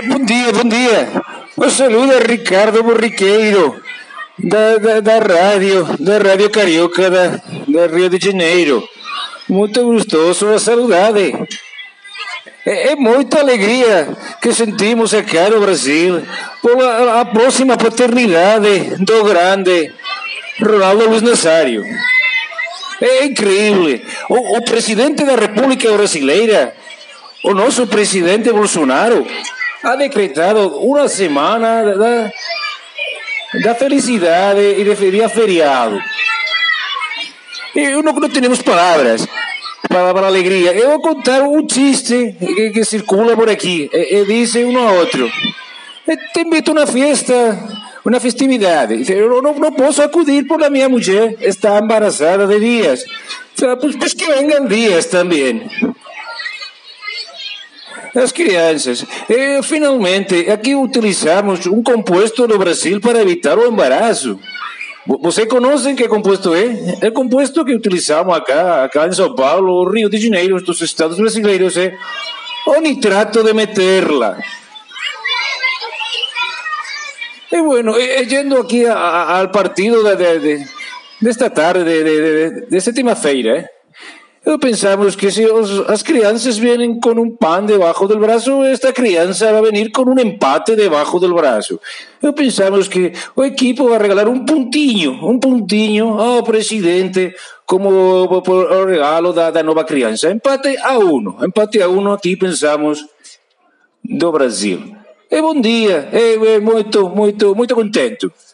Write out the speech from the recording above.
Bom dia. O saludo a Ricardo Borriqueiro, da Rádio Carioca da Rio de Janeiro. Muito gostoso a saudade. É muita alegria que sentimos aqui no Brasil por a próxima paternidade do grande Ronaldo Luiz Nazário. É incrível. O presidente da República Brasileira, o nosso presidente Bolsonaro, ha decretado uma semana da felicidade e de dia feriado. Não temos palavras para a alegria. Eu vou contar um chiste que circula por aqui e diz um ao outro: te invito a uma festividade. Eu não posso acudir porque a minha mulher está embarazada de dias. Pues que vengan dias também. As crianças. Finalmente, aqui utilizamos um composto no Brasil para evitar o embaraço. Você conhece que composto é? É o composto que utilizamos acá em São Paulo, Rio de Janeiro, dos estados brasileiros, é o nitrato de meterla. E bueno, yendo aqui ao partido desta tarde, de sétima-feira, pensamos que se as crianças vêm com um pão debaixo do braço, esta criança vai vir com um empate debaixo do braço. Pensamos que o equipo vai regalar um pontinho ao presidente como por regalo da nova criança. Empate a uno aqui pensamos do Brasil. Bom dia, muito contente.